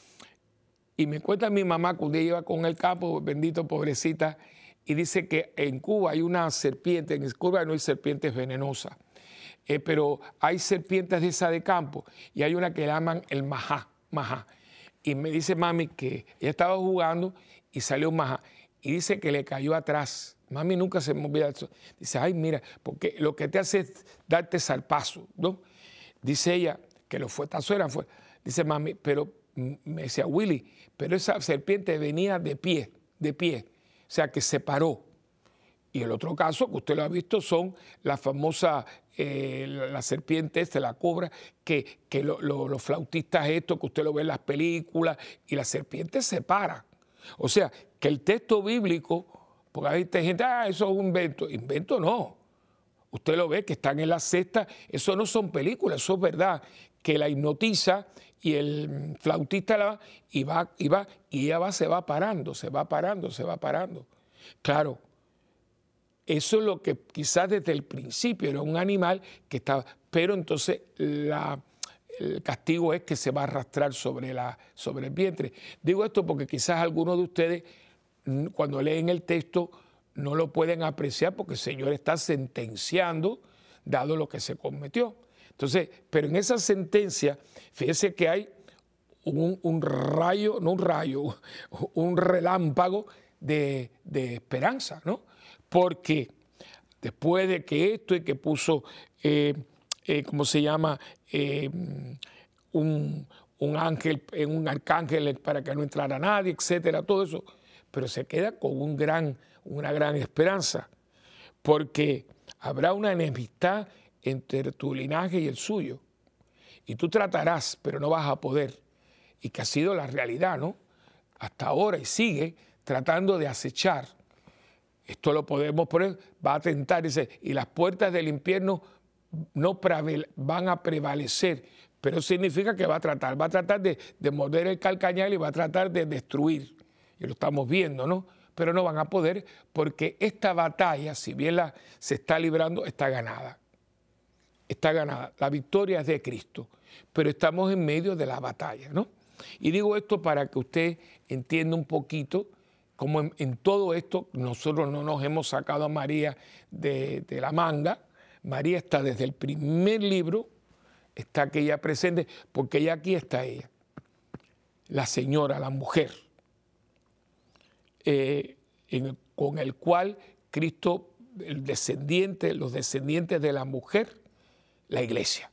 Y me cuenta mi mamá que un día iba con el campo, bendito, pobrecita, y dice que en Cuba hay una serpiente, en Cuba no hay serpientes venenosas, eh, pero hay serpientes de esa de campo y hay una que llaman el majá, majá. Y me dice mami que ella estaba jugando y salió un majá y dice que le cayó atrás. Mami nunca se me olvida eso. Dice, ay, mira, porque lo que te hace es darte zarpazo, ¿no? Dice ella que los fuetazos eran fuertes. Dice mami, pero me decía Willy, pero esa serpiente venía de pie, de pie, o sea que se paró. Y el otro caso, que usted lo ha visto, son las famosas, eh, la, la serpiente esta, la cobra, que, que lo, lo, los flautistas estos, que usted lo ve en las películas, y la serpiente se para. O sea, que el texto bíblico, porque hay gente, ah, eso es un invento. Invento no. Usted lo ve que están en la cesta, eso no son películas, eso es verdad, que la hipnotiza y el flautista la va y va, y va, y ella va, se va parando, se va parando, se va parando. Claro, eso es lo que quizás desde el principio era un animal que estaba, pero entonces la, el castigo es que se va a arrastrar sobre, la, sobre el vientre. Digo esto porque quizás algunos de ustedes cuando leen el texto no lo pueden apreciar porque el Señor está sentenciando dado lo que se cometió. Entonces, pero en esa sentencia, fíjese que hay un, un rayo, no un rayo, un relámpago de, de esperanza, ¿no? Porque después de que esto y que puso, eh, eh, ¿cómo se llama? Eh, un, un ángel, un arcángel para que no entrara nadie, etcétera, todo eso, pero se queda con un gran, una gran esperanza, porque habrá una enemistad entre tu linaje y el suyo, y tú tratarás, pero no vas a poder, y que ha sido la realidad, ¿no? Hasta ahora, y sigue tratando de acechar. Esto lo podemos poner, va a tentar, dice, y las puertas del infierno no van a prevalecer, pero significa que va a tratar, va a tratar de, de morder el calcañal y va a tratar de destruir, y lo estamos viendo, ¿no? Pero no van a poder porque esta batalla, si bien la, se está librando, está ganada. Está ganada. La victoria es de Cristo, pero estamos en medio de la batalla, ¿no? Y digo esto para que usted entienda un poquito cómo en, en todo esto nosotros no nos hemos sacado a María de, de la manga. María está desde el primer libro está aquella presente, porque ya aquí está ella, la señora, la mujer, eh, en, con el cual Cristo, el descendiente, los descendientes de la mujer, la iglesia.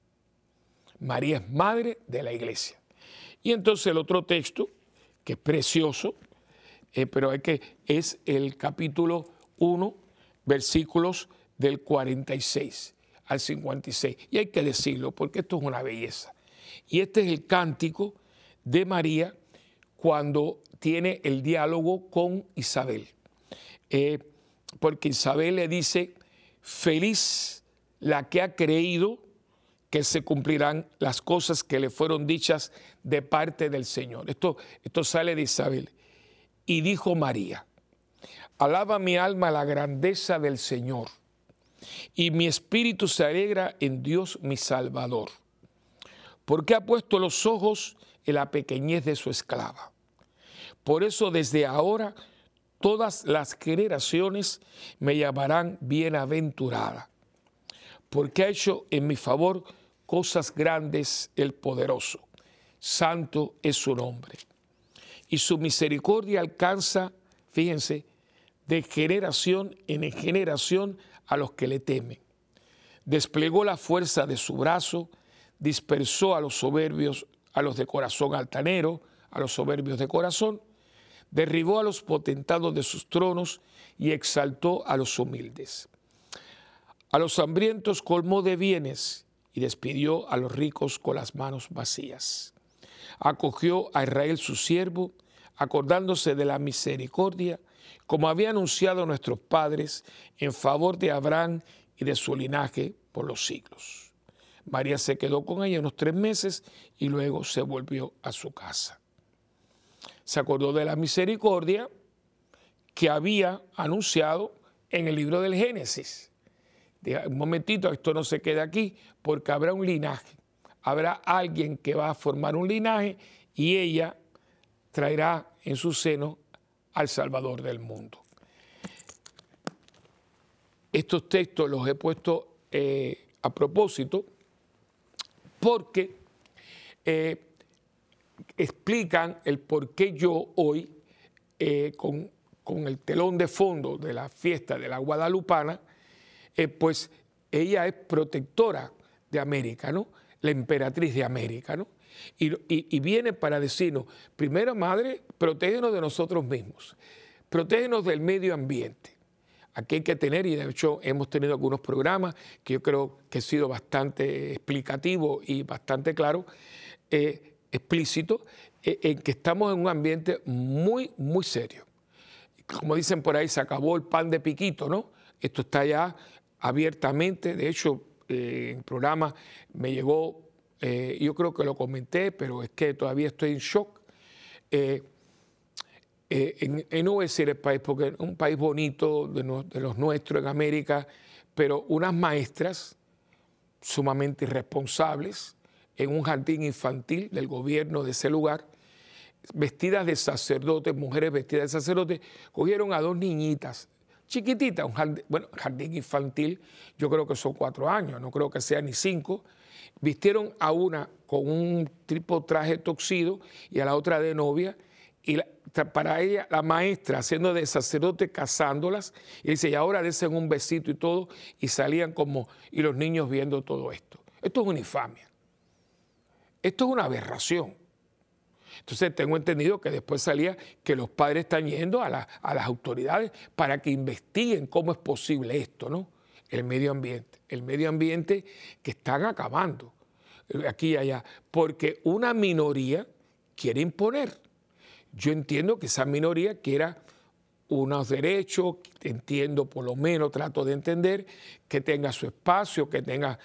María es madre de la iglesia. Y entonces el otro texto, que es precioso, eh, pero hay que, es el capítulo uno, versículos del cuarenta y seis al cincuenta y seis. Y hay que decirlo porque esto es una belleza. Y este es el cántico de María cuando tiene el diálogo con Isabel. Eh, porque Isabel le dice, feliz la que ha creído que se cumplirán las cosas que le fueron dichas de parte del Señor. Esto, esto sale de Isabel. Y dijo María, alaba mi alma la grandeza del Señor, y mi espíritu se alegra en Dios mi Salvador, porque ha puesto los ojos en la pequeñez de su esclava. Por eso desde ahora todas las generaciones me llamarán bienaventurada, porque ha hecho en mi favor cosas grandes el poderoso. Santo es su nombre. Y su misericordia alcanza, fíjense, de generación en generación a los que le temen. Desplegó la fuerza de su brazo, dispersó a los soberbios, a los de corazón altanero, a los soberbios de corazón, derribó a los potentados de sus tronos y exaltó a los humildes. A los hambrientos colmó de bienes y despidió a los ricos con las manos vacías. Acogió a Israel su siervo, acordándose de la misericordia, como había anunciado a nuestros padres, en favor de Abraham y de su linaje por los siglos. María se quedó con ella unos tres meses y luego se volvió a su casa. Se acordó de la misericordia que había anunciado en el libro del Génesis. Un momentito, esto no se queda aquí, porque habrá un linaje, habrá alguien que va a formar un linaje y ella traerá en su seno al Salvador del mundo. Estos textos los he puesto eh, a propósito porque eh, explican el por qué yo hoy, eh, con, con el telón de fondo de la fiesta de la Guadalupana, eh, pues ella es protectora de América, ¿no? La emperatriz de América, ¿no? Y, y, y viene para decirnos, primero, madre, protégenos de nosotros mismos, protégenos del medio ambiente. Aquí hay que tener, y de hecho hemos tenido algunos programas que yo creo que he sido bastante explicativo y bastante claro, eh, explícito, eh, en que estamos en un ambiente muy, muy serio. Como dicen por ahí, se acabó el pan de piquito, ¿no? Esto está ya abiertamente, de hecho, eh, en el programa me llegó, eh, yo creo que lo comenté, pero es que todavía estoy en shock. Eh, eh, en, en no voy a decir el país, porque es un país bonito de, no, de los nuestros en América, pero unas maestras sumamente irresponsables en un jardín infantil del gobierno de ese lugar, vestidas de sacerdotes, mujeres vestidas de sacerdotes, cogieron a dos niñitas, chiquititas, un jardín, bueno, jardín infantil, yo creo que son cuatro años, no creo que sea ni cinco, vistieron a una con un tipo traje tuxido y a la otra de novia, y la, para ella la maestra haciendo de sacerdote casándolas, y dice, y ahora desen un besito y todo, y salían como, y los niños viendo todo esto. Esto es una infamia, esto es una aberración. Entonces tengo entendido que después salía que los padres están yendo a, la, a las autoridades para que investiguen cómo es posible esto, ¿no? El medio ambiente, el medio ambiente que están acabando aquí y allá, porque una minoría quiere imponer. Yo entiendo que esa minoría quiera unos derechos, entiendo por lo menos, trato de entender, que tenga su espacio, que tenga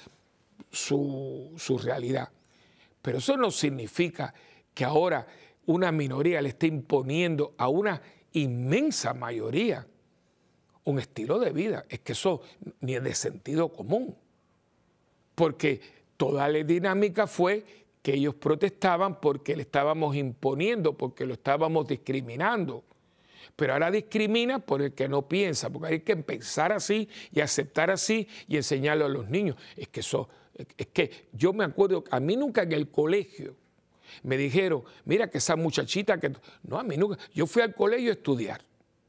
su, su realidad. Pero eso no significa que ahora una minoría le esté imponiendo a una inmensa mayoría un estilo de vida. Es que eso ni es de sentido común. Porque toda la dinámica fue que ellos protestaban porque le estábamos imponiendo, porque lo estábamos discriminando. Pero ahora discrimina por el que no piensa, porque hay que pensar así y aceptar así y enseñarlo a los niños. Es que eso, es que yo me acuerdo, a mí nunca en el colegio me dijeron, mira que esa muchachita que... No, a mí nunca. Yo fui al colegio a estudiar.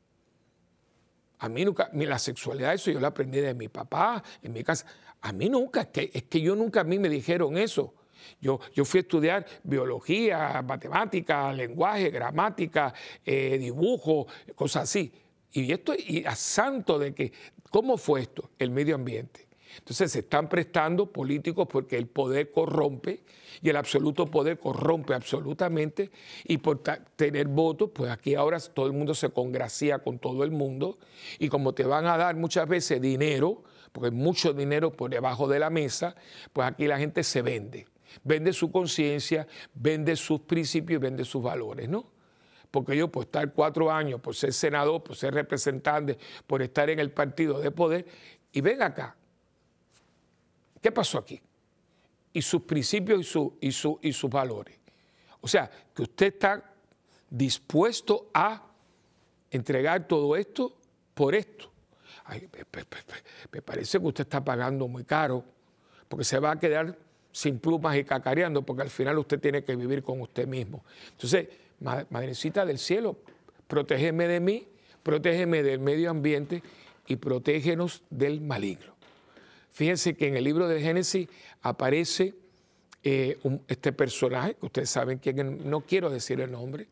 A mí nunca, la sexualidad, eso yo lo aprendí de mi papá, en mi casa. A mí nunca, es que, es que yo nunca a mí me dijeron eso. Yo, yo fui a estudiar biología, matemática, lenguaje, gramática, eh, dibujo, cosas así. Y esto, y a santo de que, ¿cómo fue esto? El medio ambiente. Entonces se están prestando políticos porque el poder corrompe y el absoluto poder corrompe absolutamente, y por tener votos, pues aquí ahora todo el mundo se congracia con todo el mundo, y como te van a dar muchas veces dinero, porque hay mucho dinero por debajo de la mesa, pues aquí la gente se vende. Vende su conciencia, vende sus principios, vende sus valores, ¿no? Porque yo por estar cuatro años, por ser senador, por ser representante, por estar en el partido de poder, y ven acá, ¿qué pasó aquí? Y sus principios y, su, y, su, y sus valores. O sea, que usted está dispuesto a entregar todo esto por esto. Ay, me, me, me parece que usted está pagando muy caro, porque se va a quedar sin plumas y cacareando, porque al final usted tiene que vivir con usted mismo. Entonces, Madrecita del Cielo, protégeme de mí, protégeme del medio ambiente y protégenos del maligno. Fíjense que en el libro de Génesis aparece eh, un, este personaje, que ustedes saben quién es, no quiero decir el nombre.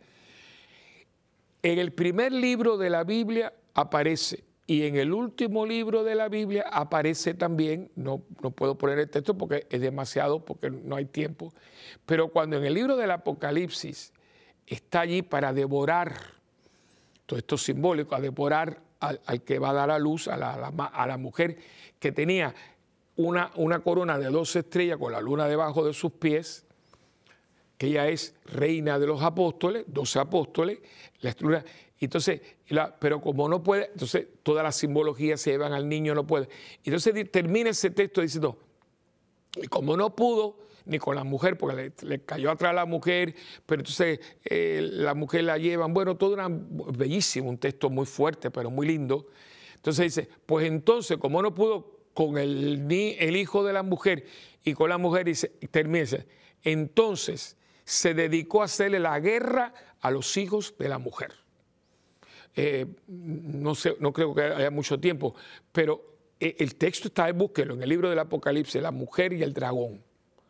En el primer libro de la Biblia aparece, y en el último libro de la Biblia aparece también, no, no puedo poner el texto porque es demasiado, porque no hay tiempo, pero cuando en el libro del Apocalipsis está allí para devorar, todo esto es simbólico, a devorar al, al que va a dar a luz, a la, a la, a la mujer que tenía una, una corona de doce estrellas con la luna debajo de sus pies, que ella es reina de los apóstoles, doce apóstoles, la estructura. Entonces, la, pero como no puede, entonces todas las simbologías se llevan al niño, no puede. Entonces termina ese texto diciendo, y como no pudo, ni con la mujer, porque le, le cayó atrás a la mujer, pero entonces eh, la mujer la llevan, bueno, todo era bellísimo, un texto muy fuerte, pero muy lindo. Entonces dice, pues entonces, como no pudo con el, ni, el hijo de la mujer y con la mujer, dice, termina, dice, entonces se dedicó a hacerle la guerra a los hijos de la mujer. Eh, no sé, no creo que haya mucho tiempo, pero el texto está en búsquelo en el libro del Apocalipsis, la mujer y el dragón.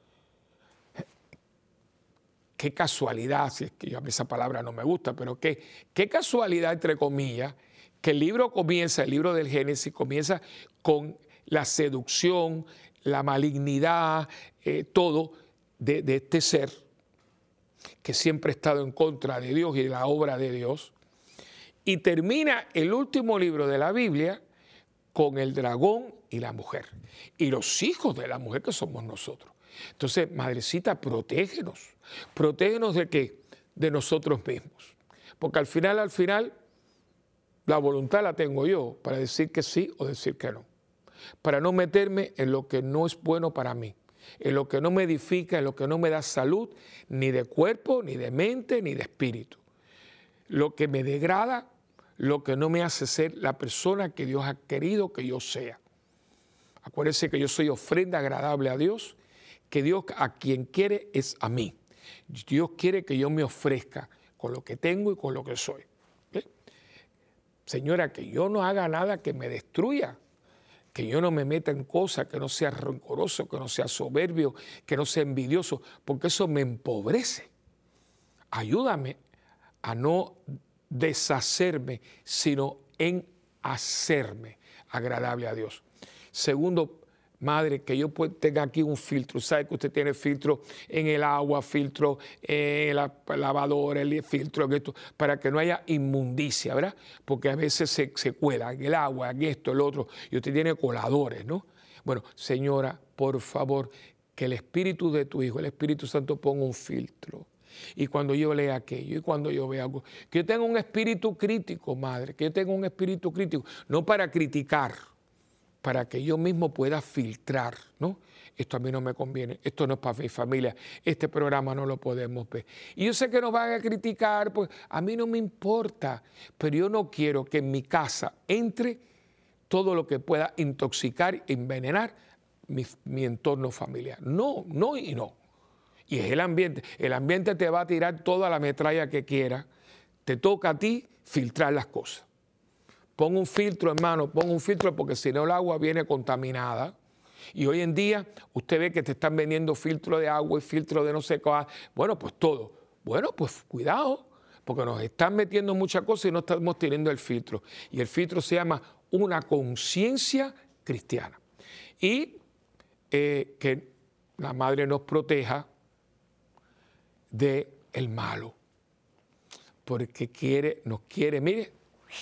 Qué casualidad, si es que a mí esa palabra no me gusta, pero qué, qué casualidad, entre comillas, que el libro comienza, el libro del Génesis comienza con la seducción, la malignidad, eh, todo de, de este ser que siempre ha estado en contra de Dios y de la obra de Dios, y termina el último libro de la Biblia con el dragón y la mujer, y los hijos de la mujer que somos nosotros. Entonces, Madrecita, protégenos, protégenos de qué, de nosotros mismos, porque al final, al final, la voluntad la tengo yo para decir que sí o decir que no, para no meterme en lo que no es bueno para mí, en lo que no me edifica, en lo que no me da salud, ni de cuerpo, ni de mente, ni de espíritu, lo que me degrada, lo que no me hace ser la persona que Dios ha querido que yo sea. Acuérdense que yo soy ofrenda agradable a Dios, que Dios a quien quiere es a mí. Dios quiere que yo me ofrezca con lo que tengo y con lo que soy. ¿Okay? Señora, que yo no haga nada que me destruya, que yo no me meta en cosas, que no sea rencoroso, que no sea soberbio, que no sea envidioso, porque eso me empobrece. Ayúdame a no deshacerme, sino en hacerme agradable a Dios. Segundo, Madre, que yo tenga aquí un filtro. Sabe que usted tiene filtro en el agua, filtro en la lavadora, el filtro en esto, para que no haya inmundicia, ¿verdad? Porque a veces se, se cuela en el agua, en esto, el otro, y usted tiene coladores, ¿no? Bueno, señora, por favor, que el Espíritu de tu Hijo, el Espíritu Santo, ponga un filtro. Y cuando yo lea aquello, y cuando yo vea algo, que yo tenga un espíritu crítico, Madre, que yo tenga un espíritu crítico, no para criticar, para que yo mismo pueda filtrar, ¿no? Esto a mí no me conviene, esto no es para mi familia, este programa no lo podemos ver. Y yo sé que nos van a criticar, pues a mí no me importa, pero yo no quiero que en mi casa entre todo lo que pueda intoxicar, envenenar mi, mi entorno familiar. No, no y no. Y es el ambiente. El ambiente te va a tirar toda la metralla que quiera. Te toca a ti filtrar las cosas. Pon un filtro, hermano, pon un filtro porque si no el agua viene contaminada. Y hoy en día usted ve que te están vendiendo filtro de agua y filtro de no sé qué. Bueno, pues todo. Bueno, pues cuidado, porque nos están metiendo muchas cosas y no estamos teniendo el filtro. Y el filtro se llama una conciencia cristiana. Y eh, que la madre nos proteja del malo. Porque quiere, nos quiere, mire,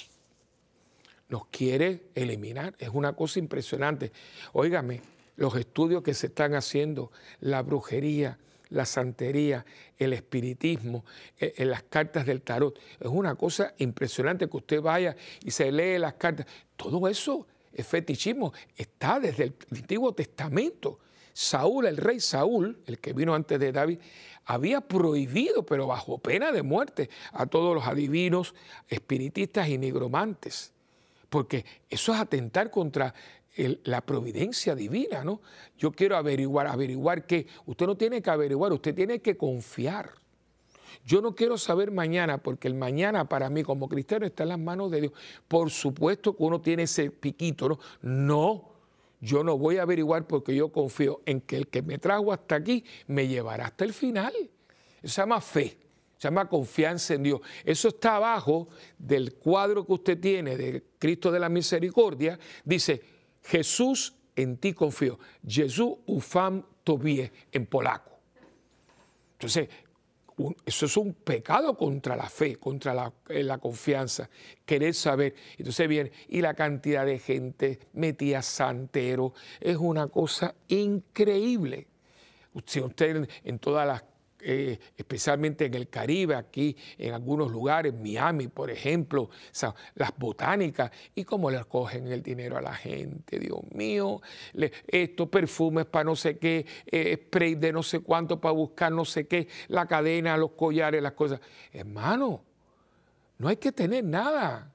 nos quiere eliminar. Es una cosa impresionante. Óigame, los estudios que se están haciendo, la brujería, la santería, el espiritismo, eh, eh, las cartas del tarot, es una cosa impresionante que usted vaya y se lee las cartas. Todo eso es fetichismo. Está desde el Antiguo Testamento. Saúl, el rey Saúl, el que vino antes de David, había prohibido, pero bajo pena de muerte, a todos los adivinos, espiritistas y nigromantes. Porque eso es atentar contra el, la providencia divina, ¿no? Yo quiero averiguar, averiguar qué. Usted no tiene que averiguar, usted tiene que confiar. Yo no quiero saber mañana, porque el mañana para mí como cristiano está en las manos de Dios. Por supuesto que uno tiene ese piquito, ¿no? No, yo no voy a averiguar porque yo confío en que el que me trajo hasta aquí me llevará hasta el final. Eso se llama fe. Se llama confianza en Dios. Eso está abajo del cuadro que usted tiene de Cristo de la Misericordia. Dice, Jesús, en ti confío. Jesús ufam tobie, en polaco. Entonces, un, eso es un pecado contra la fe, contra la, eh, la confianza, querer saber. Entonces viene, y la cantidad de gente metida santero, es una cosa increíble. Si usted en todas las Eh, especialmente en el Caribe, aquí en algunos lugares, Miami, por ejemplo, o sea, las botánicas, y cómo les cogen el dinero a la gente, Dios mío, le, estos perfumes para no sé qué, eh, spray de no sé cuánto para buscar no sé qué, la cadena, los collares, las cosas. Hermano, no hay que tener nada,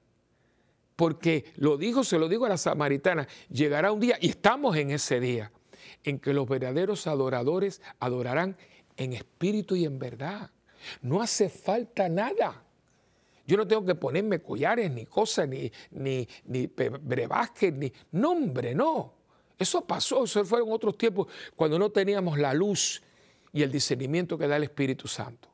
porque lo dijo, se lo digo a la samaritana, llegará un día, y estamos en ese día, en que los verdaderos adoradores adorarán en espíritu y en verdad. No hace falta nada. Yo no tengo que ponerme collares, ni cosas, ni, ni, ni brebajes, ni nombre, no. Eso pasó, eso fueron otros tiempos cuando no teníamos la luz y el discernimiento que da el Espíritu Santo.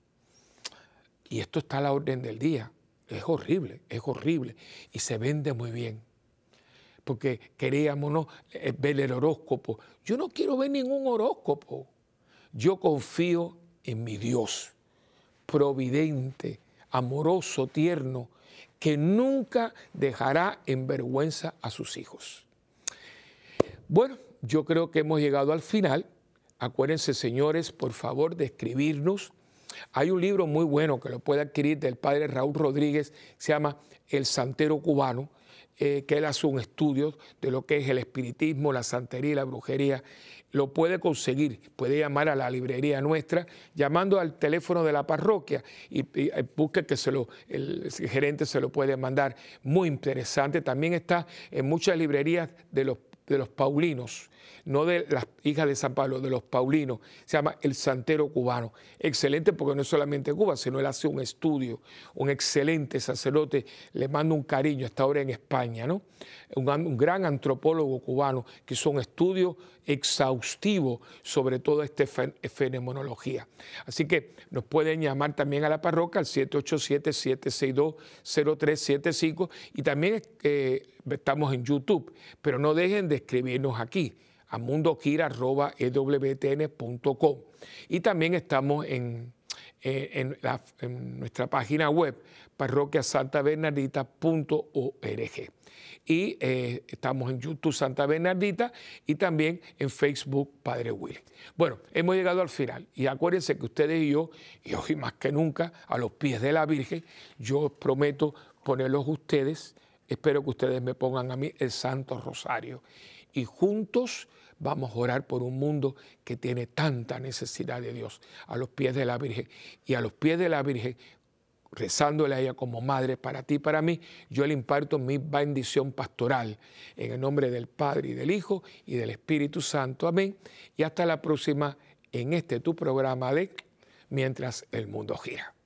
Y esto está a la orden del día. Es horrible, es horrible. Y se vende muy bien. Porque queríamos ¿no? ver el horóscopo. Yo no quiero ver ningún horóscopo. Yo confío en mi Dios, providente, amoroso, tierno, que nunca dejará en vergüenza a sus hijos. Bueno, yo creo que hemos llegado al final. Acuérdense, señores, por favor, de escribirnos. Hay un libro muy bueno que lo puede adquirir del padre Raúl Rodríguez, se llama El Santero Cubano, eh, que él hace un estudio de lo que es el espiritismo, la santería y la brujería. Lo puede conseguir, puede llamar a la librería nuestra, llamando al teléfono de la parroquia y, y busque que se lo, el gerente se lo puede mandar. Muy interesante, también está en muchas librerías de los, de los paulinos, no de las hijas de San Pablo, de los paulinos, se llama El Santero Cubano. Excelente porque no es solamente Cuba, sino él hace un estudio, un excelente sacerdote, le mando un cariño, está ahora en España, ¿no? Un, un gran antropólogo cubano que hizo un estudio exhaustivo sobre toda esta fenomenología. Así que nos pueden llamar también a la parroquia al siete ocho siete, siete seis dos, cero tres siete cinco y también eh, estamos en YouTube, pero no dejen de escribirnos aquí a mundoquira arroba e w t n punto com y también estamos en, eh, en, la, en nuestra página web parroquia santa bernardita punto org. Y eh, estamos en YouTube Santa Bernardita y también en Facebook Padre Willy. Bueno, hemos llegado al final y acuérdense que ustedes y yo, y hoy más que nunca, a los pies de la Virgen, yo prometo ponerlos ustedes, espero que ustedes me pongan a mí el Santo Rosario y juntos vamos a orar por un mundo que tiene tanta necesidad de Dios, a los pies de la Virgen. Y a los pies de la Virgen, rezándole a ella como madre para ti y para mí, yo le imparto mi bendición pastoral en el nombre del Padre y del Hijo y del Espíritu Santo. Amén. Y hasta la próxima en este tu programa de Mientras el Mundo Gira.